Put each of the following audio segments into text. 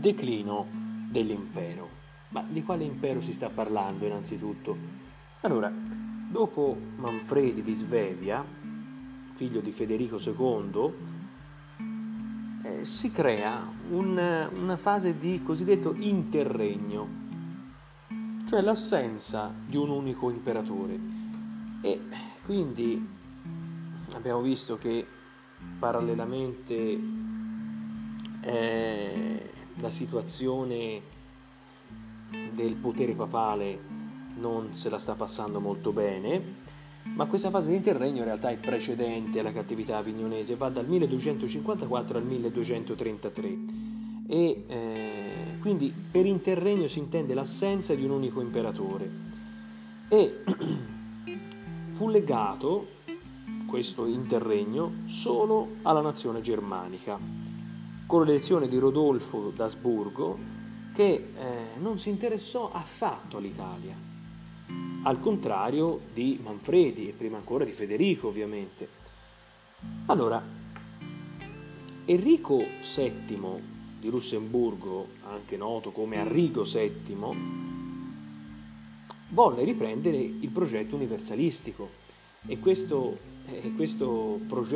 declino dell'impero. Ma di quale impero si sta parlando innanzitutto? Allora, dopo Manfredi di Svevia, figlio di Federico II, si crea una fase di cosiddetto interregno, cioè l'assenza di un unico imperatore. E quindi abbiamo visto che parallelamente la situazione del potere papale non se la sta passando molto bene, ma questa fase di interregno in realtà è precedente alla cattività avignonese, va dal 1254 al 1233 e quindi per interregno si intende l'assenza di un unico imperatore e fu legato questo interregno solo alla nazione germanica, con l'elezione di Rodolfo d'Asburgo che non si interessò affatto all'Italia, al contrario di Manfredi e prima ancora di Federico ovviamente. Allora, Enrico VII di Lussemburgo, anche noto come Arrigo VII, volle riprendere il progetto universalistico e in questo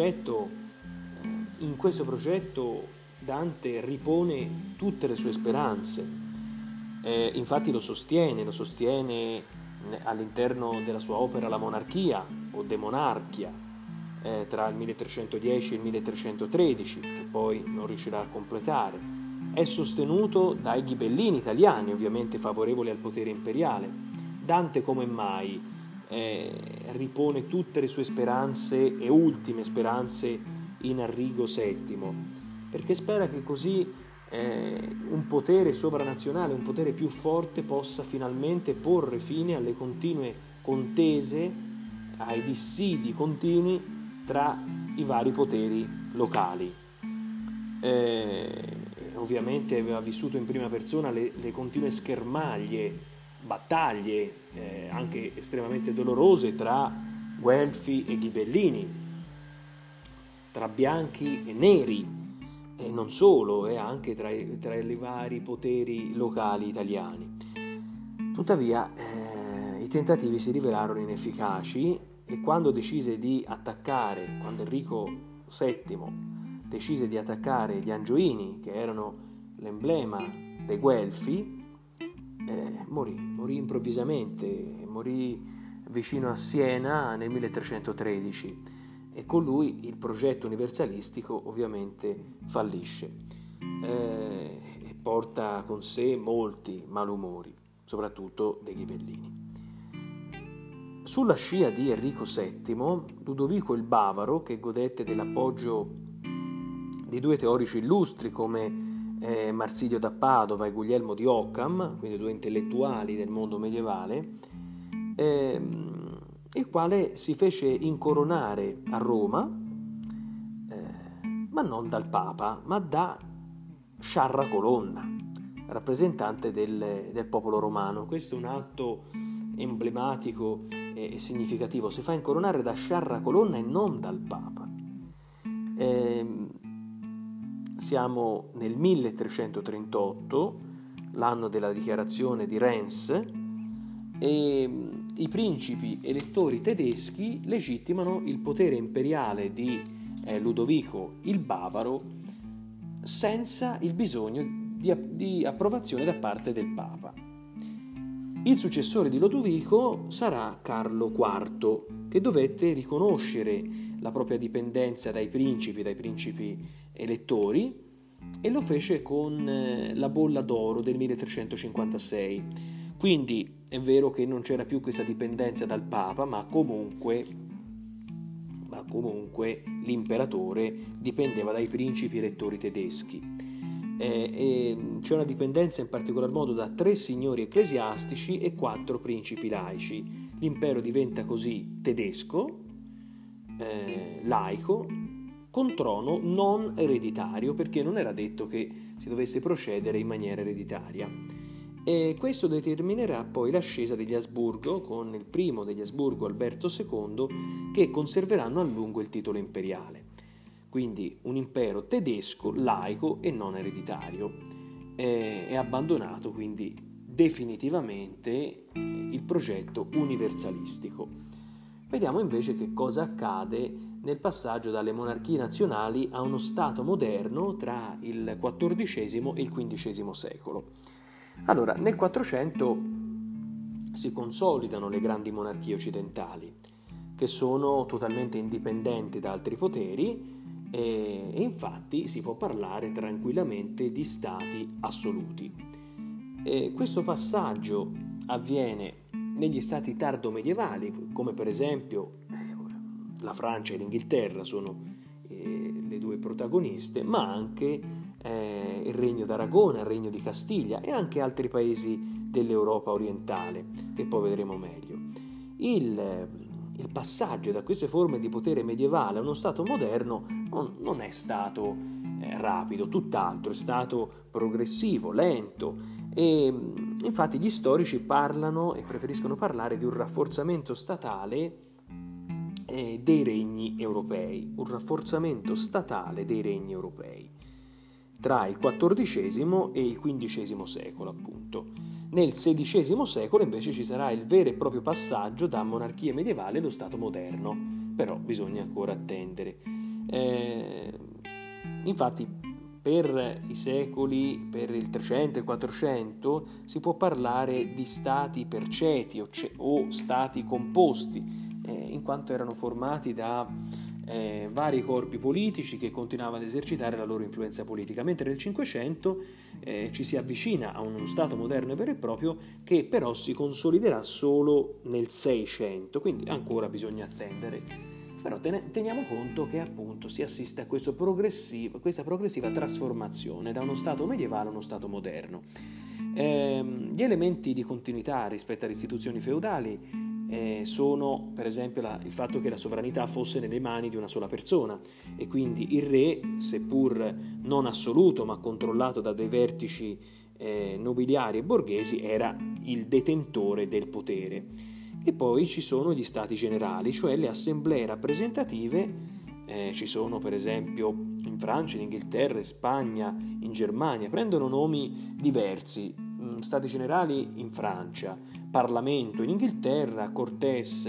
progetto Dante ripone tutte le sue speranze, infatti lo sostiene all'interno della sua opera La monarchia o De monarchia tra il 1310 e il 1313, che poi non riuscirà a completare. È sostenuto dai ghibellini italiani, ovviamente favorevoli al potere imperiale. Dante come mai ripone tutte le sue speranze e ultime speranze in Arrigo VII? Perché spera che così un potere sovranazionale, un potere più forte possa finalmente porre fine alle continue contese, ai dissidi continui tra i vari poteri locali. Ovviamente aveva vissuto in prima persona le continue schermaglie, battaglie anche estremamente dolorose tra Guelfi e Ghibellini, tra bianchi e neri, e non solo, anche tra i vari poteri locali italiani. Tuttavia i tentativi si rivelarono inefficaci e quando Enrico VII decise di attaccare gli Angioini, che erano l'emblema dei Guelfi, morì improvvisamente, morì vicino a Siena nel 1313. E con lui il progetto universalistico ovviamente fallisce e porta con sé molti malumori, soprattutto dei ghibellini. Sulla scia di Enrico VII, Ludovico il Bavaro, che godette dell'appoggio di due teorici illustri come Marsilio da Padova e Guglielmo di Occam, quindi due intellettuali del mondo medievale, il quale si fece incoronare a Roma, ma non dal Papa, ma da Sciarra Colonna, rappresentante del popolo romano. Questo è un atto emblematico e significativo. Si fa incoronare da Sciarra Colonna e non dal Papa. Siamo nel 1338, l'anno della dichiarazione di Reims, e i principi elettori tedeschi legittimano il potere imperiale di Ludovico il Bavaro senza il bisogno di approvazione da parte del Papa. Il successore di Lodovico sarà Carlo IV, che dovette riconoscere la propria dipendenza dai principi elettori, e lo fece con la Bolla d'Oro del 1356. Quindi è vero che non c'era più questa dipendenza dal Papa, ma comunque l'imperatore dipendeva dai principi elettori tedeschi. C'è una dipendenza in particolar modo da 3 signori ecclesiastici e 4 principi laici. L'impero diventa così tedesco, laico, con trono non ereditario, perché non era detto che si dovesse procedere in maniera ereditaria. E questo determinerà poi l'ascesa degli Asburgo, con il primo degli Asburgo, Alberto II, che conserveranno a lungo il titolo imperiale. Quindi un impero tedesco, laico e non ereditario. è abbandonato quindi definitivamente il progetto universalistico. Vediamo invece che cosa accade nel passaggio dalle monarchie nazionali a uno Stato moderno tra il XIV e il XV secolo. Allora, nel 400 si consolidano le grandi monarchie occidentali, che sono totalmente indipendenti da altri poteri, e infatti si può parlare tranquillamente di stati assoluti. Questo passaggio avviene negli stati tardomedievali, come per esempio la Francia e l'Inghilterra sono le due protagoniste, ma anche il Regno d'Aragona, il Regno di Castiglia e anche altri paesi dell'Europa orientale, che poi vedremo meglio. Il passaggio da queste forme di potere medievale a uno Stato moderno non è stato rapido, tutt'altro, è stato progressivo, lento, e infatti gli storici parlano e preferiscono parlare di un rafforzamento statale dei regni europei, un rafforzamento statale dei regni europei tra il XIV e il XV secolo, appunto. Nel XVI secolo invece ci sarà il vero e proprio passaggio da monarchia medievale allo Stato moderno, però bisogna ancora attendere. Infatti per i secoli, per il 300 e il 400, si può parlare di stati perceti o stati composti, in quanto erano formati da vari corpi politici che continuavano ad esercitare la loro influenza politica, mentre nel 500 ci si avvicina a uno Stato moderno e vero e proprio che però si consoliderà solo nel 600, quindi ancora bisogna attendere. Però teniamo conto che appunto si assiste a questa progressiva trasformazione da uno Stato medievale a uno Stato moderno. Gli elementi di continuità rispetto alle istituzioni feudali sono per esempio il fatto che la sovranità fosse nelle mani di una sola persona e quindi il re, seppur non assoluto ma controllato da dei vertici nobiliari e borghesi, era il detentore del potere. E poi ci sono gli stati generali, cioè le assemblee rappresentative, ci sono per esempio in Francia, in Inghilterra, in Spagna, in Germania, prendono nomi diversi, stati generali in Francia, Parlamento in Inghilterra, Cortes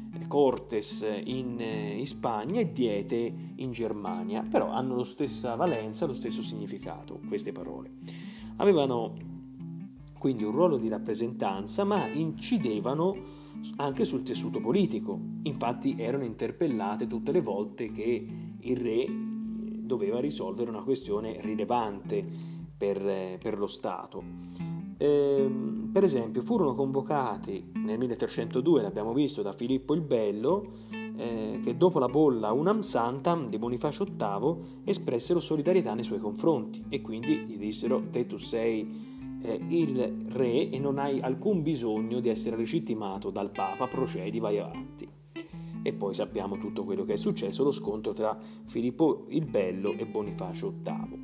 in Spagna e Diete in Germania, però hanno la stessa valenza, lo stesso significato, queste parole. Avevano quindi un ruolo di rappresentanza, ma incidevano anche sul tessuto politico. Infatti erano interpellate tutte le volte che il re doveva risolvere una questione rilevante per lo Stato. Per esempio furono convocati nel 1302, l'abbiamo visto, da Filippo il Bello, che dopo la bolla Unam Santam di Bonifacio VIII espressero solidarietà nei suoi confronti e quindi gli dissero: te tu sei il re e non hai alcun bisogno di essere legittimato dal Papa, procedi, vai avanti. E poi sappiamo tutto quello che è successo, lo scontro tra Filippo il Bello e Bonifacio VIII.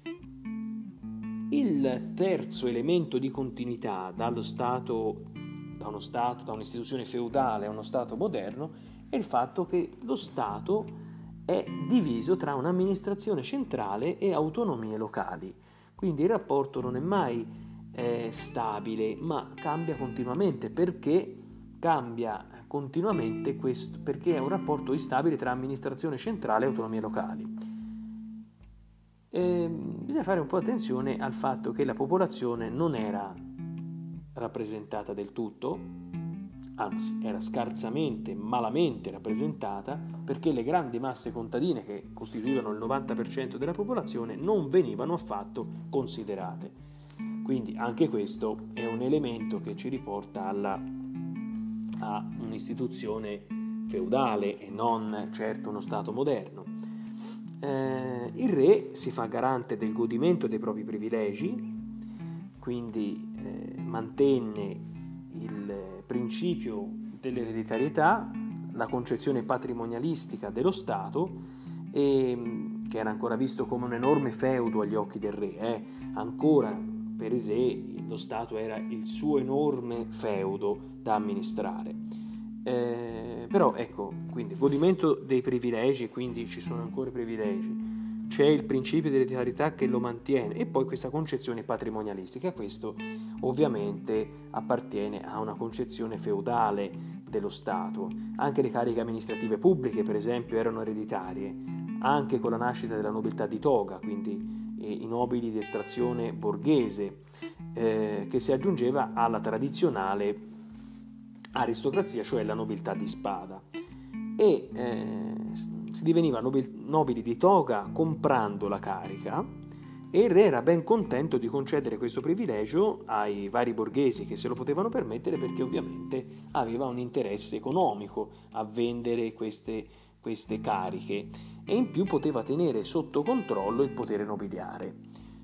Il terzo elemento di continuità da un'istituzione feudale a uno Stato moderno è il fatto che lo Stato è diviso tra un'amministrazione centrale e autonomie locali. Quindi il rapporto non è mai stabile, ma cambia continuamente. Perché cambia continuamente questo? Perché è un rapporto instabile tra amministrazione centrale e autonomie locali. Bisogna fare un po' attenzione al fatto che la popolazione non era rappresentata del tutto, anzi era scarsamente, malamente rappresentata, perché le grandi masse contadine, che costituivano il 90% della popolazione, non venivano affatto considerate. Quindi anche questo è un elemento che ci riporta a un'istituzione feudale e non certo uno Stato moderno. Il re si fa garante del godimento dei propri privilegi, quindi mantenne il principio dell'ereditarietà, la concezione patrimonialistica dello Stato, che era ancora visto come un enorme feudo agli occhi del re. Ancora per il re lo Stato era il suo enorme feudo da amministrare. Però ecco, quindi godimento dei privilegi, quindi ci sono ancora i privilegi, c'è il principio di ereditarietà che lo mantiene, e poi questa concezione patrimonialistica. Questo ovviamente appartiene a una concezione feudale dello Stato. Anche le cariche amministrative pubbliche, per esempio, erano ereditarie, anche con la nascita della nobiltà di toga, quindi i nobili di estrazione borghese, che si aggiungeva alla tradizionale aristocrazia, cioè la nobiltà di spada. E si diveniva nobili di toga comprando la carica, e il re era ben contento di concedere questo privilegio ai vari borghesi che se lo potevano permettere, perché ovviamente aveva un interesse economico a vendere queste cariche, e in più poteva tenere sotto controllo il potere nobiliare.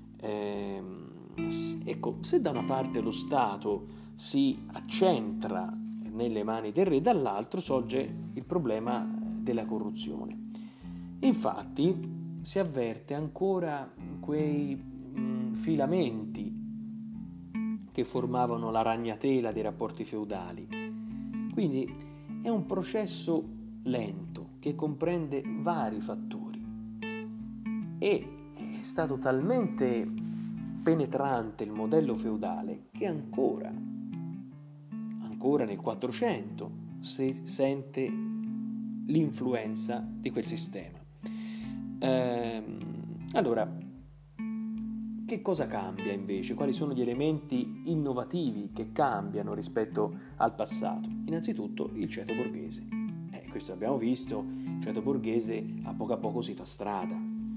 Ecco, se da una parte lo Stato si accentra nelle mani del re, dall'altro sorge il problema della corruzione. Infatti si avverte ancora quei filamenti che formavano la ragnatela dei rapporti feudali. Quindi è un processo lento che comprende vari fattori, e è stato talmente penetrante il modello feudale che ancora nel 400 si sente l'influenza di quel sistema. Allora, che cosa cambia invece? Quali sono gli elementi innovativi che cambiano rispetto al passato? Innanzitutto il ceto borghese. Questo abbiamo visto, il ceto borghese a poco si fa strada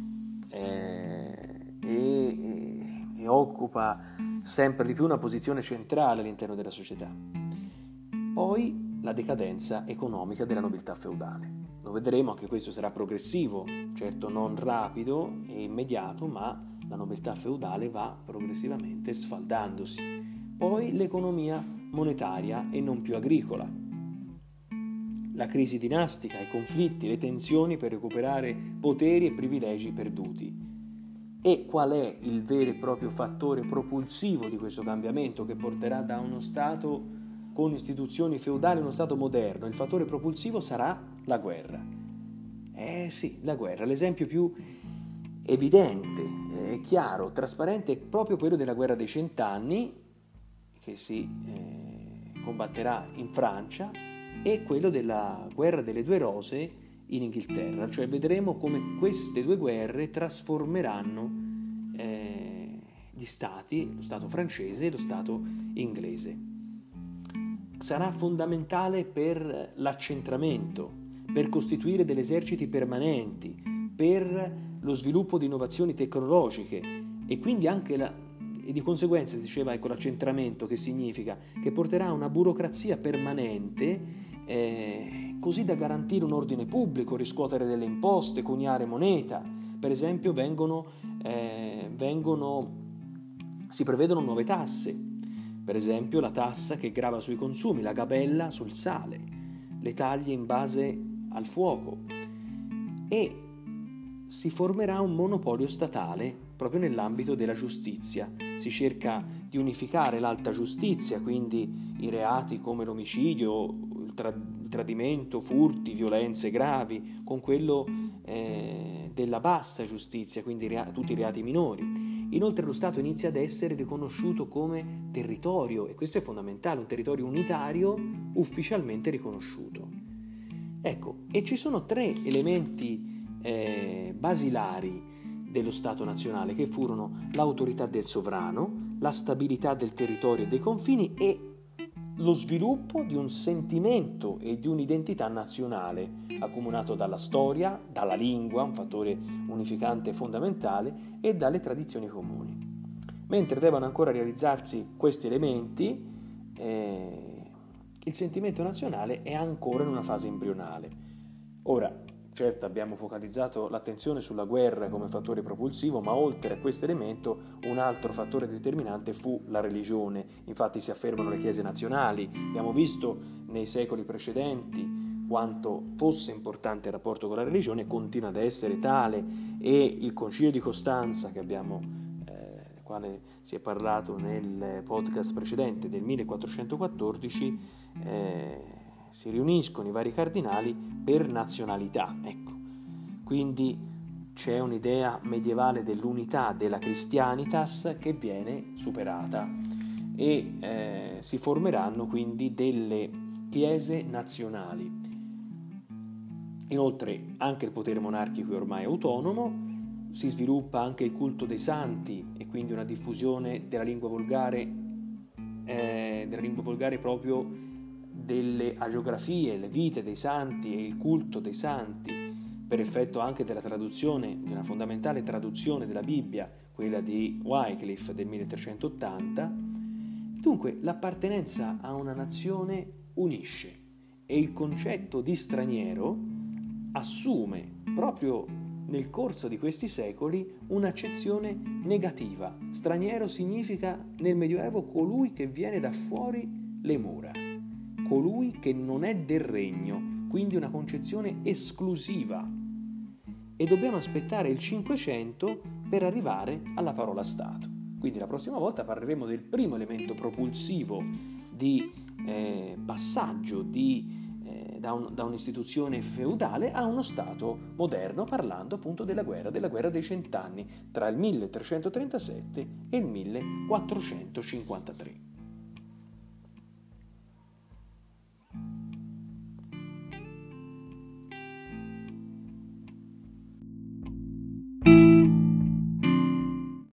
e occupa sempre di più una posizione centrale all'interno della società. Poi la decadenza economica della nobiltà feudale. Lo vedremo, anche questo sarà progressivo, certo non rapido e immediato, ma la nobiltà feudale va progressivamente sfaldandosi. Poi l'economia monetaria e non più agricola. La crisi dinastica, i conflitti, le tensioni per recuperare poteri e privilegi perduti. E qual è il vero e proprio fattore propulsivo di questo cambiamento che porterà da uno Stato con istituzioni feudali a uno Stato moderno? Il fattore propulsivo sarà la guerra. Sì, la guerra. L'esempio più evidente, chiaro, trasparente è proprio quello della guerra dei 100 anni, che si combatterà in Francia, e quello della guerra delle due rose in Inghilterra. Cioè vedremo come queste due guerre trasformeranno gli stati, lo Stato francese e lo Stato inglese. Sarà fondamentale per l'accentramento, per costituire degli eserciti permanenti, per lo sviluppo di innovazioni tecnologiche, e quindi anche e di conseguenza si diceva, ecco, l'accentramento, che significa che porterà a una burocrazia permanente, così da garantire un ordine pubblico, riscuotere delle imposte, coniare moneta. Per esempio si prevedono nuove tasse, per esempio la tassa che grava sui consumi, la gabella sul sale, le taglie in base al fuoco, e si formerà un monopolio statale proprio nell'ambito della giustizia. Si cerca di unificare l'alta giustizia, quindi i reati come l'omicidio, il tradimento, furti, violenze gravi, con quello della bassa giustizia, quindi tutti i reati minori. Inoltre lo Stato inizia ad essere riconosciuto come territorio, e questo è fondamentale, un territorio unitario ufficialmente riconosciuto. Ecco, e ci sono tre elementi basilari dello Stato nazionale, che furono l'autorità del sovrano, la stabilità del territorio e dei confini, e lo sviluppo di un sentimento e di un'identità nazionale accomunato dalla storia, dalla lingua, un fattore unificante fondamentale, e dalle tradizioni comuni. Mentre devono ancora realizzarsi questi elementi, il sentimento nazionale è ancora in una fase embrionale. Ora, certo, abbiamo focalizzato l'attenzione sulla guerra come fattore propulsivo, ma oltre a questo elemento un altro fattore determinante fu la religione. Infatti si affermano le chiese nazionali. Abbiamo visto nei secoli precedenti quanto fosse importante il rapporto con la religione, continua ad essere tale, e il Concilio di Costanza, che abbiamo del quale si è parlato nel podcast precedente, del 1414, si riuniscono i vari cardinali per nazionalità, ecco. Quindi c'è un'idea medievale dell'unità della Christianitas che viene superata e si formeranno quindi delle chiese nazionali. Inoltre anche il potere monarchico è ormai autonomo, si sviluppa anche il culto dei santi e quindi una diffusione della lingua volgare proprio delle agiografie, le vite dei santi e il culto dei santi, per effetto anche della traduzione, di una fondamentale traduzione della Bibbia, quella di Wycliffe del 1380. Dunque l'appartenenza a una nazione unisce e il concetto di straniero assume proprio nel corso di questi secoli un'accezione negativa. Straniero significa nel Medioevo colui che viene da fuori le mura, colui che non è del regno, quindi una concezione esclusiva. E dobbiamo aspettare il Cinquecento per arrivare alla parola Stato. Quindi la prossima volta parleremo del primo elemento propulsivo di passaggio da un'istituzione feudale a uno Stato moderno, parlando appunto della guerra dei 100 anni tra il 1337 e il 1453.